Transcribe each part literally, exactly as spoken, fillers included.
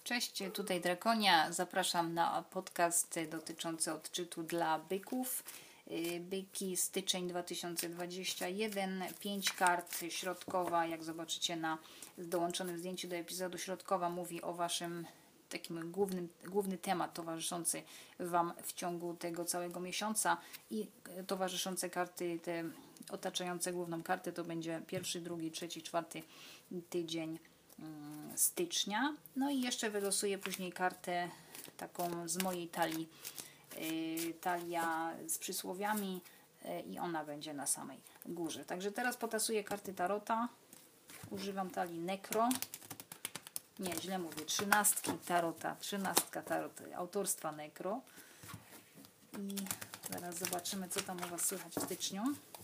Cześć, tutaj Drakonia. Zapraszam na podcast dotyczący odczytu dla byków. Byki styczeń dwa tysiące dwudziesty pierwszy, pięć kart, środkowa, jak zobaczycie na dołączonym zdjęciu do epizodu, środkowa mówi o waszym takim głównym, główny temat towarzyszący wam w ciągu tego całego miesiąca i towarzyszące karty, te otaczające główną kartę, to będzie pierwszy, drugi, trzeci, czwarty tydzień stycznia. No i jeszcze wylosuję później kartę taką z mojej talii, yy, talia z przysłowiami yy, i ona będzie na samej górze. Także teraz potasuję karty tarota. Używam talii Necro. Nie, źle mówię. Trzynastki tarota. Trzynastka tarota autorstwa Necro. I zaraz zobaczymy, co tam u was słychać w styczniu.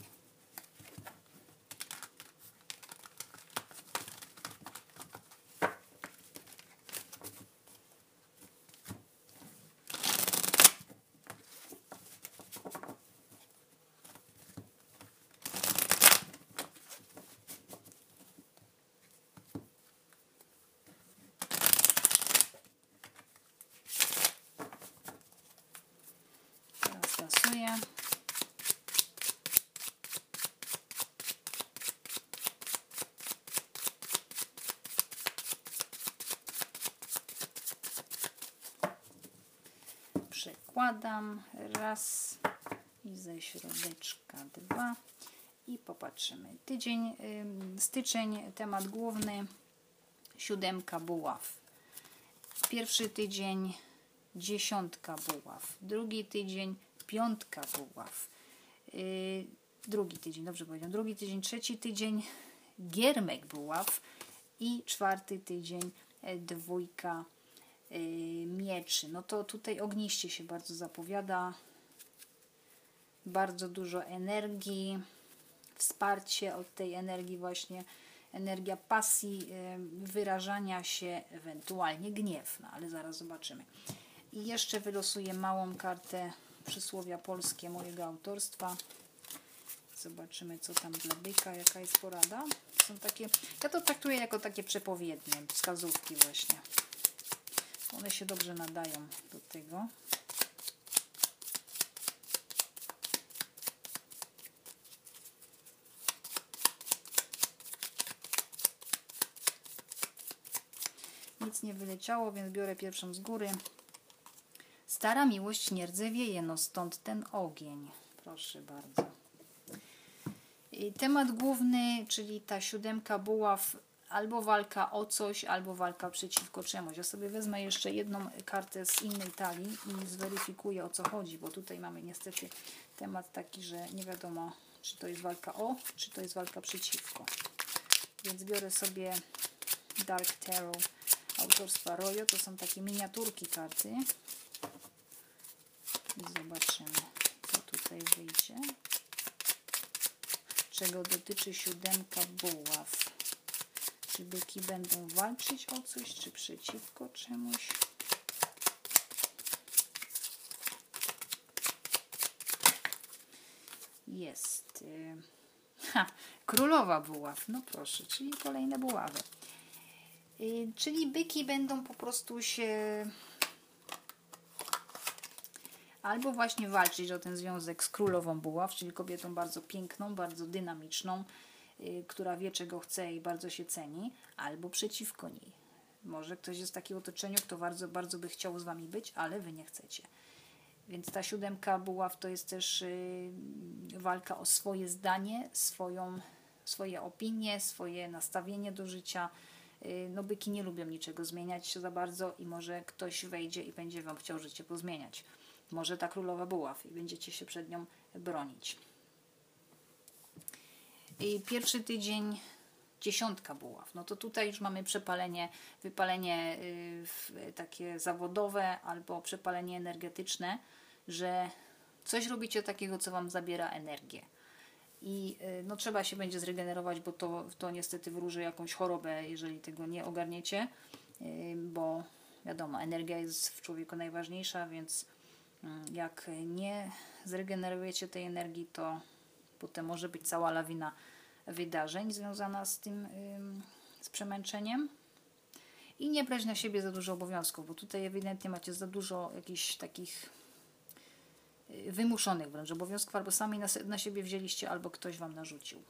Tasuję. Przekładam raz i ze środeczka dwa i popatrzymy. Tydzień, yy, styczeń, temat główny, siódemka buław. Pierwszy tydzień dziesiątka buław. Drugi tydzień piątka buław. Yy, drugi tydzień, dobrze powiedziałem. Drugi tydzień, trzeci tydzień giermek buław i czwarty tydzień e, dwójka yy, mieczy. No to tutaj ogniście się bardzo zapowiada. Bardzo dużo energii. Wsparcie od tej energii właśnie. Energia pasji, yy, wyrażania się, ewentualnie gniew. No ale zaraz zobaczymy. I jeszcze wylosuję małą kartę przysłowia polskie mojego autorstwa. Zobaczymy, co tam dla byka, jaka jest porada. Są takie, ja to traktuję jako takie przepowiednie, wskazówki właśnie. One się dobrze nadają do tego. Nic nie wyleciało, więc biorę pierwszą z góry. Stara miłość nie rdzewieje, no stąd ten ogień. Proszę bardzo. I temat główny, czyli ta siódemka buław, albo walka o coś, albo walka przeciwko czemuś. Ja sobie wezmę jeszcze jedną kartę z innej talii i zweryfikuję, o co chodzi, bo tutaj mamy niestety temat taki, że nie wiadomo, czy to jest walka o, czy to jest walka przeciwko. Więc biorę sobie Dark Tarot autorstwa Royo. To są takie miniaturki karty. I zobaczymy, co tutaj wyjdzie. Czego dotyczy siódemka buław. Czy byki będą walczyć o coś, czy przeciwko czemuś? Jest. Yy, ha, królowa buław. No proszę, czyli kolejne buławy. Yy, czyli byki będą po prostu się... albo właśnie walczyć o ten związek z królową buław, czyli kobietą bardzo piękną, bardzo dynamiczną, yy, która wie, czego chce i bardzo się ceni, albo przeciwko niej. Może ktoś jest w takim otoczeniu, kto bardzo, bardzo by chciał z wami być, ale wy nie chcecie. Więc ta siódemka buław to jest też yy, walka o swoje zdanie, swoją, swoje opinie, swoje nastawienie do życia. Yy, no byki nie lubią niczego zmieniać za bardzo i może ktoś wejdzie i będzie wam chciał życie pozmieniać. Może ta królowa buław i będziecie się przed nią bronić. I pierwszy tydzień dziesiątka buław. No to tutaj już mamy przepalenie, wypalenie yy, takie zawodowe albo przepalenie energetyczne, że coś robicie takiego, co wam zabiera energię. I yy, no trzeba się będzie zregenerować, bo to, to niestety wróży jakąś chorobę, jeżeli tego nie ogarniecie, yy, bo wiadomo, energia jest w człowieku najważniejsza, więc jak nie zregenerujecie tej energii, to potem może być cała lawina wydarzeń związana z tym, z przemęczeniem. I nie brać na siebie za dużo obowiązków, bo tutaj ewidentnie macie za dużo jakichś takich wymuszonych wręcz obowiązków, albo sami na, na siebie wzięliście, albo ktoś Wam narzucił.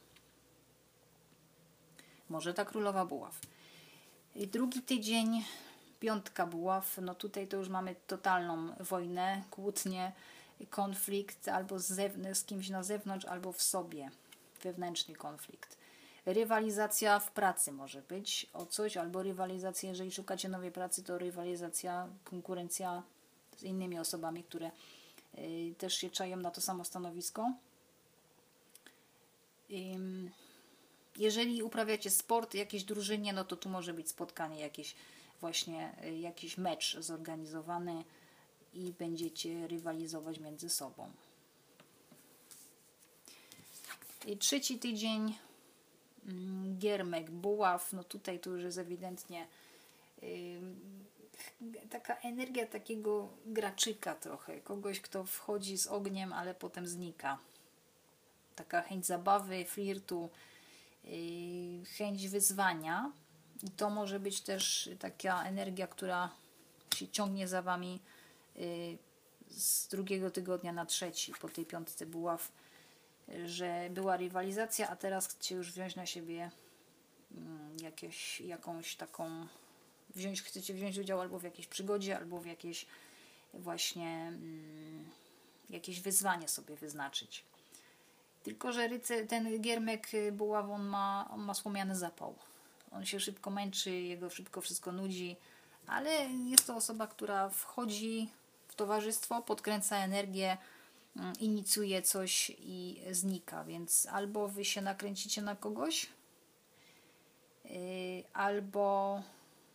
Może ta królowa buław. I drugi tydzień, piątka buław, no tutaj to już mamy totalną wojnę, kłótnię, konflikt albo z, zewn- z kimś na zewnątrz, albo w sobie, wewnętrzny konflikt. Rywalizacja w pracy może być o coś, albo rywalizacja, jeżeli szukacie nowej pracy, to rywalizacja, konkurencja z innymi osobami, które y, też się czają na to samo stanowisko. Ym, jeżeli uprawiacie sport, jakieś drużynie, no to tu może być spotkanie, jakieś właśnie y, jakiś mecz zorganizowany i będziecie rywalizować między sobą. I trzeci tydzień, giermek, buław, no tutaj to już jest ewidentnie yy, taka energia takiego graczyka trochę, kogoś, kto wchodzi z ogniem, ale potem znika. Taka chęć zabawy, flirtu, yy, chęć wyzwania. I to może być też taka energia, która się ciągnie za Wami yy, z drugiego tygodnia na trzeci, po tej piątce buław, że była rywalizacja, a teraz chcecie już wziąć na siebie jakieś, jakąś taką, wziąć, chcecie wziąć udział albo w jakiejś przygodzie, albo w jakieś właśnie mm, jakieś wyzwanie sobie wyznaczyć. Tylko że rycy, ten giermek buław, on ma, on ma słomiany zapał. On się szybko męczy, jego szybko wszystko nudzi, ale jest to osoba, która wchodzi w towarzystwo, podkręca energię, inicjuje coś i znika, więc albo Wy się nakręcicie na kogoś, yy, albo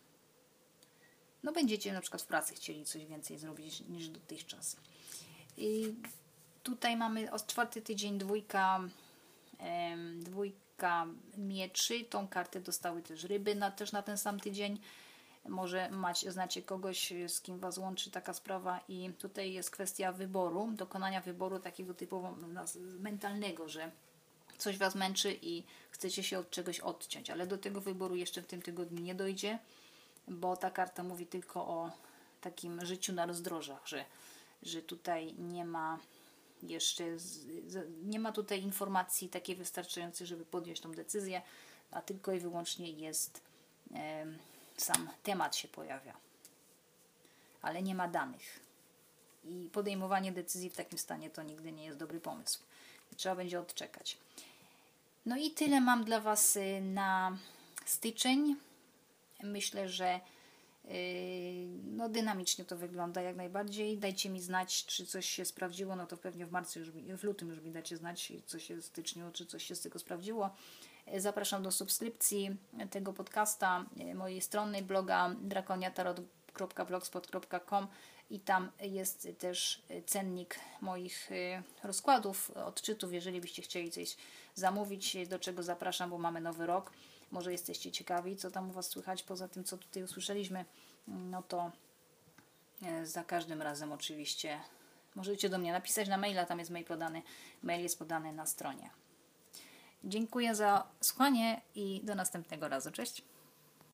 no będziecie na przykład w pracy chcieli coś więcej zrobić niż dotychczas. I tutaj mamy od czwarty tydzień dwójka, yy, dwójka mieczy, tą kartę dostały też ryby na, też na ten sam tydzień. Może macie, znacie kogoś, z kim Was łączy taka sprawa i tutaj jest kwestia wyboru, dokonania wyboru takiego typowo mentalnego, że coś Was męczy i chcecie się od czegoś odciąć, ale do tego wyboru jeszcze w tym tygodniu nie dojdzie, bo ta karta mówi tylko o takim życiu na rozdrożach, że, że tutaj nie ma jeszcze, nie ma tutaj informacji takiej wystarczającej, żeby podjąć tą decyzję, a tylko i wyłącznie jest e, sam temat się pojawia, ale nie ma danych. I podejmowanie decyzji w takim stanie to nigdy nie jest dobry pomysł. Trzeba będzie odczekać. No i tyle mam dla Was na styczeń. Myślę, że yy, no dynamicznie to wygląda jak najbardziej. Dajcie mi znać, czy coś się sprawdziło. No to pewnie w marcu, już, w lutym już mi dacie znać, co się w styczniu, czy coś się z tego sprawdziło. Zapraszam do subskrypcji tego podcasta, mojej strony, bloga drakonia tarot kropka blogspot kropka com i tam jest też cennik moich rozkładów, odczytów, jeżeli byście chcieli coś zamówić, do czego zapraszam, bo mamy nowy rok. Może jesteście ciekawi, co tam u Was słychać, poza tym, co tutaj usłyszeliśmy, no to za każdym razem oczywiście możecie do mnie napisać na maila, tam jest mail podany, mail jest podany na stronie. Dziękuję za słuchanie i do następnego razu. Cześć!